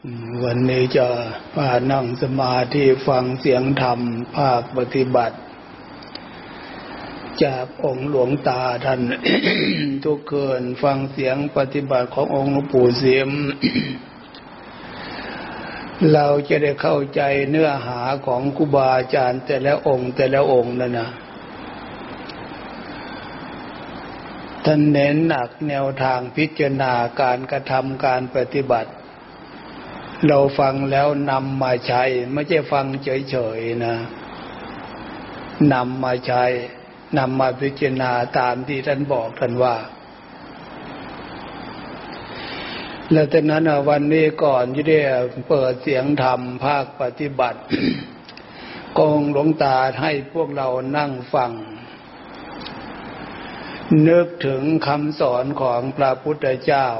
วันนี้จะมานั่งสมาธิฟังเสียงธรรมภาคปฏิบัติจากองค์หลวงตาท่าน ทุกคืนฟังเสียงปฏิบัติขององค์หลวงปู่เสียม เราจะได้เข้าใจเนื้อหาของครูบาอาจารย์แต่ละองค์นั่นนะท่านเน้นหนักแนวทางพิจารณาการกระทำการปฏิบัติเราฟังแล้วนำมาใช้ไม่ใช่ฟังเฉยๆนะนำมาใช้นำมาพิจารณาตามที่ท่านบอกท่านว่าแล้วจากนั้นวันนี้ก่อนที่ได้เปิดเสียงธรรมภาคปฏิบัติ กองหลวงตาให้พวกเรานั่งฟังนึกถึงคำสอนของพระพุทธเจ้า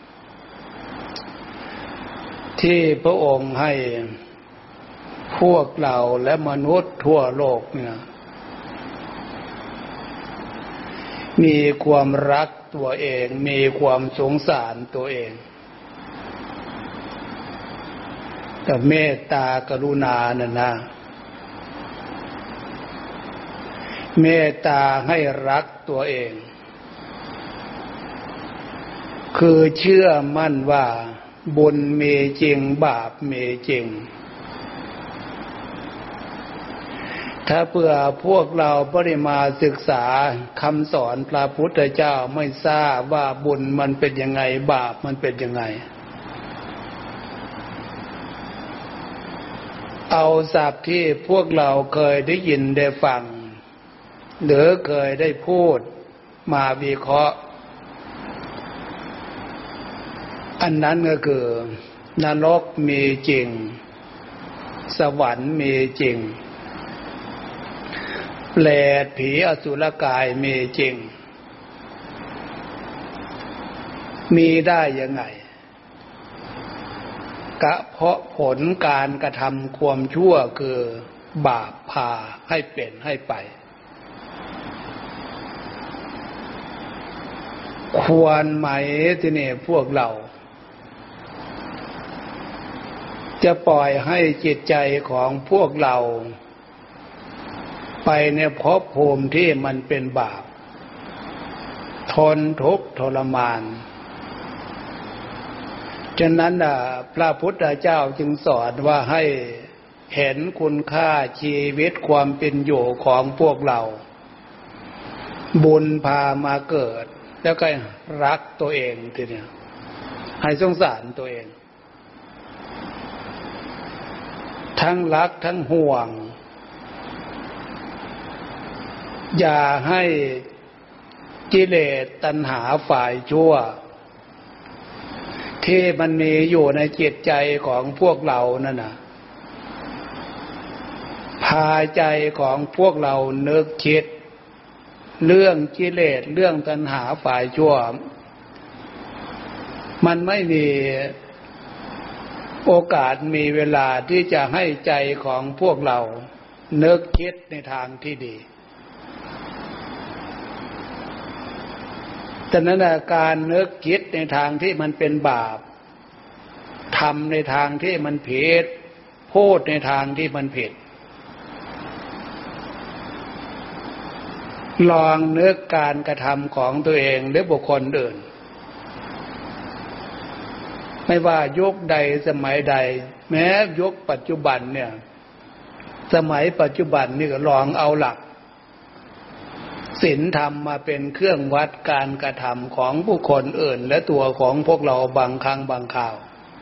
ที่พระองค์ให้พวกเราและมนุษย์ทั่วโลกเนี่ยมีความรักตัวเองมีความสงสารตัวเองแต่เมตตากรุณาน่ะนะเมตตาให้รักตัวเองคือเชื่อมั่นว่าบุญมีจริงบาปมีจริงถ้าเผื่อพวกเราไม่ได้มาศึกษาคำสอนพระพุทธเจ้าไม่ทราบว่าบุญมันเป็นยังไงบาปมันเป็นยังไงเอาศัพท์ที่พวกเราเคยได้ยินได้ฟังหรือเคยได้พูดมาวิเคราะห์อันนั้นก็คือนรกมีจริงสวรรค์มีจริงเปรตผีอสุรกายมีจริงมีได้ยังไงก็เพราะผลการกระทำความชั่วคือบาปพาให้เป็นให้ไปควรไหมที่นี่พวกเราจะปล่อยให้จิตใจของพวกเราไปในภพภูมิที่มันเป็นบาปทนทุกข์ทรมานฉะนั้นพระพุทธเจ้าจึงสอนว่าให้เห็นคุณค่าชีวิตความเป็นอยู่ของพวกเราบุญพามาเกิดแล้วก็รักตัวเองทีเนี้ยให้สงสารตัวเองทั้งรักทั้งห่วงอย่าให้กิเลสตัณหาฝ่ายชั่วที่มันมีอยู่ในจิตใจของพวกเรานั่นน่ะพาใจของพวกเรานึกคิดเรื่องกิเลสเรื่องตัณหาฝ่ายชั่วมันไม่มีโอกาสมีเวลาที่จะให้ใจของพวกเรานึกคิดในทางที่ดีแต่นั้นการนึกคิดในทางที่มันเป็นบาปทำในทางที่มันผิดพูดในทางที่มันผิดลองนึกการกระทำของตัวเองหรือบุคคลอื่นไม่ว่ายุคใดสมัยใดแม้ยุคปัจจุบันเนี่ยสมัยปัจจุบันนี่ก็ลองเอาหลักศีลธรรมมาเป็นเครื่องวัดการกระทำของบุคคลอื่นและตัวของพวกเราบางครั้งบางคราว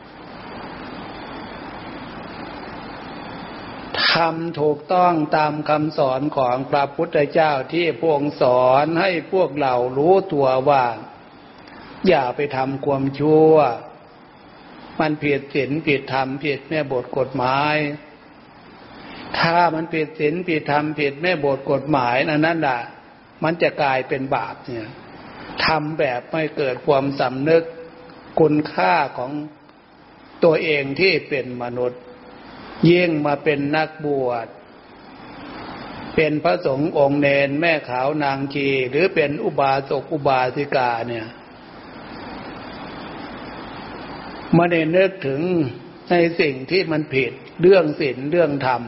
ทำถูกต้องตามคำสอนของพระพุทธเจ้าที่พระองค์สอนให้พวกเรารู้ตัวว่าอย่าไปทำความชั่วมันผิดศีลผิดธรรมผิดแม่บทกฎหมายถ้ามันผิดศีลผิดธรรมผิดแม่บทกฎหมายนั่นแหละมันจะกลายเป็นบาปเนี่ยทำแบบไม่เกิดความสำนึกคุณค่าของตัวเองที่เป็นมนุษย์ยิ่งมาเป็นนักบวชเป็นพระสงฆ์องค์เณรแม่ขาวนางชีหรือเป็นอุบาสกอุบาสิกาเนี่ยไม่ได้นึกถึงในสิ่งที่มันผิดเรื่องศีลเรื่องธรรม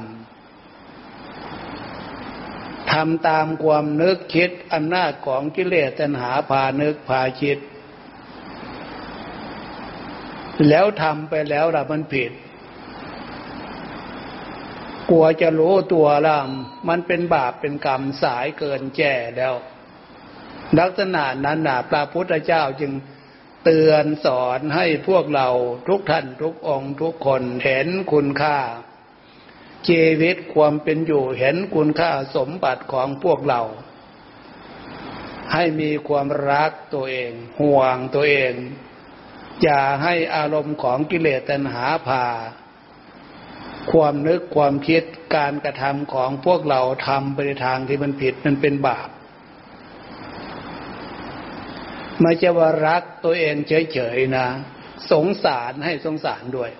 ทำตามความนึกคิดอำนาจของกิเลสตัณหาพานึกพาคิดแล้วทำไปแล้วล่ะมันผิดกลัวจะรู้ตัวล่ะมันเป็นบาปเป็นกรรมสายเกินแก่แล้วลักษณะนั้นน่ะพระพุทธเจ้าจึงเตือนสอนให้พวกเราทุกท่านทุกองค์ทุกคนเห็นคุณค่าชีวิตความเป็นอยู่เห็นคุณค่าสมบัติของพวกเราให้มีความรักตัวเองห่วงตัวเองอย่าให้อารมณ์ของกิเลสตัณหาพาความนึกความคิดการกระทำของพวกเราทำไปในทางที่มันผิดมันเป็นบาปไม่ใช่ว่ารักตัวเองเฉยๆนะสงสารให้สงสารด้วย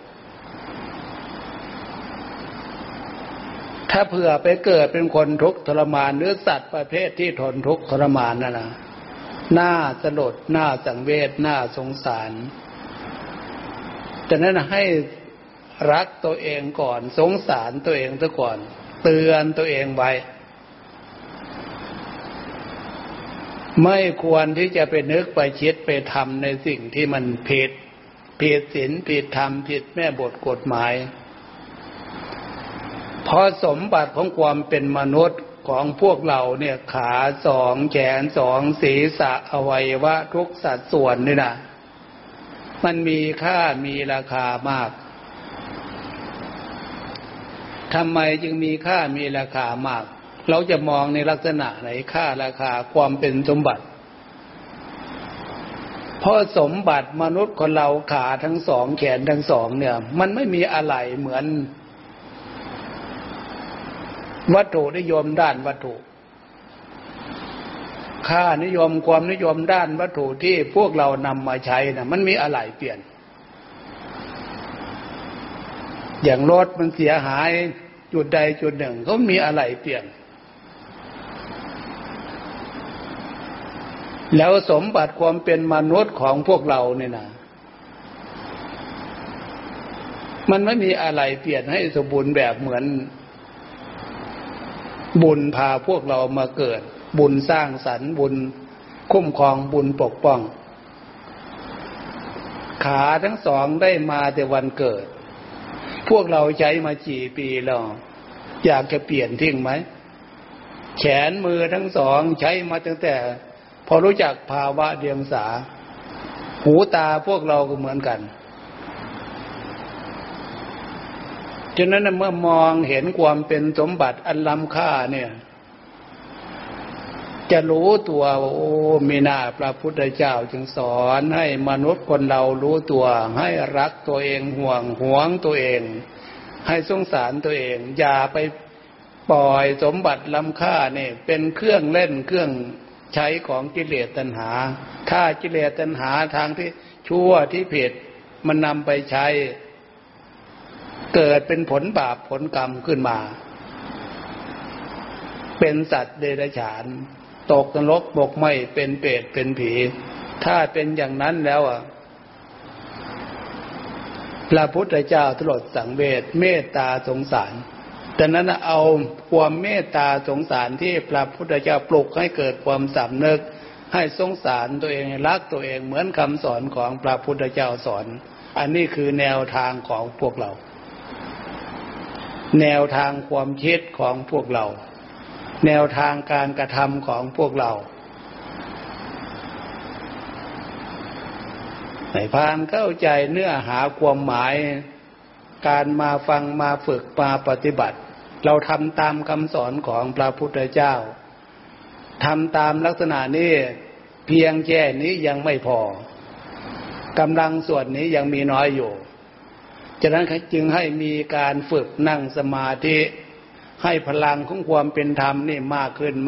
ถ้าเผื่อไปเกิดเป็นคนทุกข์ทรมานหรือสัตว์ประเภทที่ทนทุกข์ทรมานนั่นนะน่าสลดน่าสังเวชน่าสงสารฉะนั้นให้รักตัวเองก่อนสงสารตัวเองซะก่อนเตือนตัวเองไว้ไม่ควรที่จะไปนึกไปคิดไปทำในสิ่งที่มันผิดศีลผิดธรรมผิดแม่บทกฎหมายเพราะสมบัติของความเป็นมนุษย์ของพวกเราเนี่ยขาสองแขนสองศีรษะอวัยวะทุกสัดส่วนนี่นะมันมีค่ามีราคามากทำไมจึงมีค่ามีราคามากเราจะมองในลักษณะไหนค่าราคาความเป็นสมบัติเพราะสมบัติมนุษย์คนเราขาทั้งสองแขนทั้งสองเนี่ยมันไม่มีอะไรเหมือนวัตถุนิยมด้านวัตถุค่านิยมความนิยมด้านวัตถุที่พวกเรานำมาใช้นะมันมีอะไรเปลี่ยนอย่างรถมันเสียหายจุดใดจุดหนึ่งเขามีอะไรเปลี่ยนแล้วสมบัติความเป็นมนุษย์ของพวกเราเนี่ยนะมันไม่มีอะไรเปลี่ยนให้สมบูรณ์แบบเหมือนบุญพาพวกเรามาเกิดบุญสร้างสรรค์บุญคุ้มครองบุญปกป้องขาทั้งสองได้มาแต่วันเกิดพวกเราใช้มากี่ปีแล้วอยากจะเปลี่ยนทิ้งไหมแขนมือทั้งสองใช้มาตั้งแต่พอรู้จักภาวะเดียงสาหูตาพวกเราก็เหมือนกันฉะนั้นเมื่อมองเห็นความเป็นสมบัติอันล้ำค่าเนี่ยจะรู้ตัวว่าโอ้มีหน้าพระพุทธเจ้าจึงสอนให้มนุษย์คนเรารู้ตัวให้รักตัวเองห่วงตัวเองให้สงสารตัวเองอย่าไปปล่อยสมบัติล้ำค่าเนี่ยเป็นเครื่องเล่นเครื่องใช้ของกิเลสตัณหาถ้ากิเลสตัณหาทางที่ชั่วที่ผิดมันนำไปใช้เกิดเป็นผลบาปผลกรรมขึ้นมาเป็นสัตว์เดรัจฉานตกนรกบกไหม้เป็นเปรตเป็นผีถ้าเป็นอย่างนั้นแล้วพระพุทธเจ้าตรัสสังเวชเมตตาสงสารดังนั้นเอาความเมตตาสงสารที่พระพุทธเจ้าปลุกให้เกิดความสำนึกให้สงสารตัวเองรักตัวเองเหมือนคำสอนของพระพุทธเจ้าสอนอันนี้คือแนวทางของพวกเราแนวทางความคิดของพวกเราแนวทางการกระทำของพวกเราให้พานเข้าใจเนื้อหาความหมายการมาฟังมาฝึกมาปฏิบัติเราทำตามคำสอนของพระพุทธเจ้าทำตามลักษณะนี้เพียงแค่นี้ยังไม่พอกำลังส่วนนี้ยังมีน้อยอยู่ฉะนั้นจึงให้มีการฝึกนั่งสมาธิให้พลังของความเป็นธรรมนี่มากขึ้น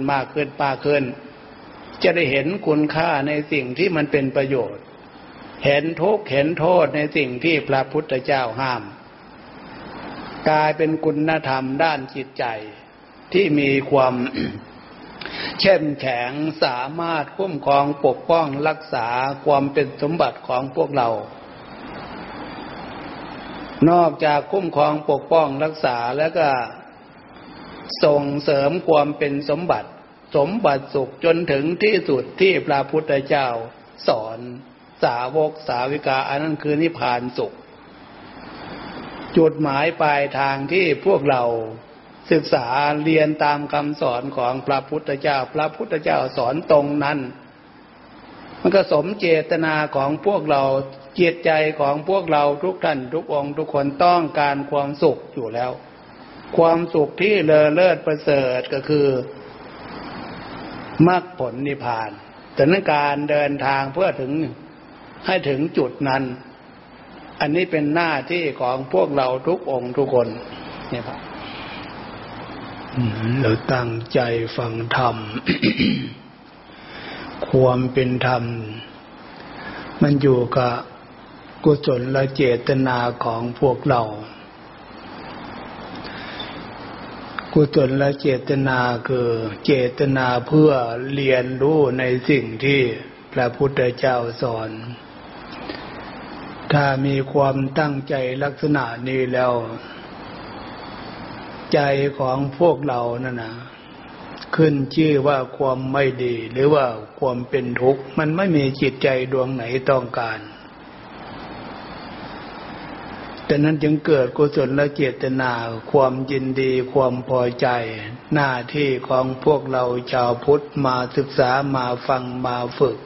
จะได้เห็นคุณค่าในสิ่งที่มันเป็นประโยชน์เห็นทุกข์เห็นโทษในสิ่งที่พระพุทธเจ้าห้ามกลายเป็นคุณธรรมด้านจิตใจที่มีความ เข้มแข็งสามารถคุ้มครองปกป้องรักษาความเป็นสมบัติของพวกเรานอกจากคุ้มครองปกป้องรักษาแล้วก็ส่งเสริมความเป็นสมบัติสุขจนถึงที่สุดที่พระพุทธเจ้าสอนสาวกสาวิกาอันนั้นคือนิพพานสุขจุดหมายปลายทางที่พวกเราศึกษาเรียนตามคำสอนของพระพุทธเจ้าสอนตรงนั้นมันก็สมเจตนาของพวกเราจิตใจของพวกเราทุกท่านทุกองค์ทุกคนต้องการความสุขอยู่แล้วความสุขที่เลอเลิศประเสริฐก็คือมรรคผลนิพพานแต่นั้นการเดินทางเพื่อให้ถึงจุดนั้นอันนี้เป็นหน้าที่ของพวกเราทุกองค์ทุกคนเนี่ยครับเราตั้งใจฟังธรรม ความเป็นธรรมมันอยู่กับกุศลและเจตนาของพวกเรากุศลและเจตนาคือเจตนาเพื่อเรียนรู้ในสิ่งที่พระพุทธเจ้าสอนถ้ามีความตั้งใจลักษณะนี้แล้วใจของพวกเรานั่นนะขึ้นชื่อว่าความไม่ดีหรือว่าความเป็นทุกข์มันไม่มีจิตใจดวงไหนต้องการแต่นั้นจึงเกิดกุศลและเจตนาความยินดีความพอใจหน้าที่ของพวกเราชาวพุทธมาศึกษามาฟังมาฝึก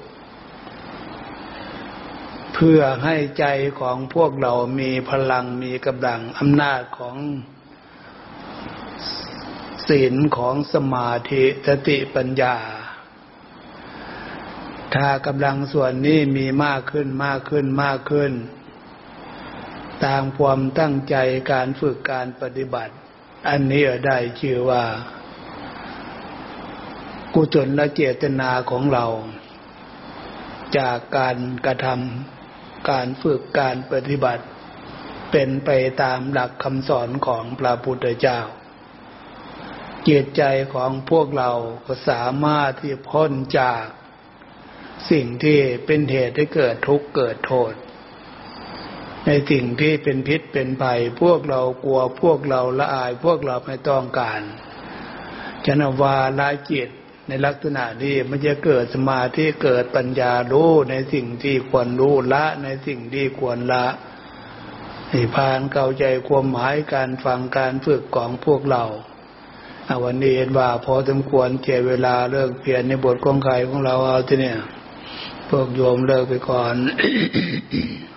เพื่อให้ใจของพวกเรามีพลังมีกำลังอำนาจของศีลของสมาธิสติปัญญาถ้ากำลังส่วนนี้มีมากขึ้นตามความตั้งใจการฝึกการปฏิบัติอันนี้ได้ชื่อว่ากุศลและเจตนาของเราจากการกระทำการฝึกการปฏิบัติเป็นไปตามหลักคำสอนของพระพุทธเจ้าจิตใจของพวกเราก็สามารถที่พ้นจากสิ่งที่เป็นเหตุให้เกิดทุกข์เกิดโทษในสิ่งที่เป็นพิษเป็นภัยพวกเรากลัวพวกเราละอายพวกเราไม่ต้องการฉะนั้นวาระจิตในลักษณะนี้มันจะเกิดสมาธิเกิดปัญญารู้ในสิ่งที่ควรรู้ละในสิ่งที่ควรละให้ผ่านเข้าใจความหมายการฟังการฝึกของพวกเราวันนี้เห็นว่าพอสมควรเจเวลาเลิกเปลี่ยนในบทของใครของเราเอาที่เนี่ยพวกโยมเลิกไปก่อน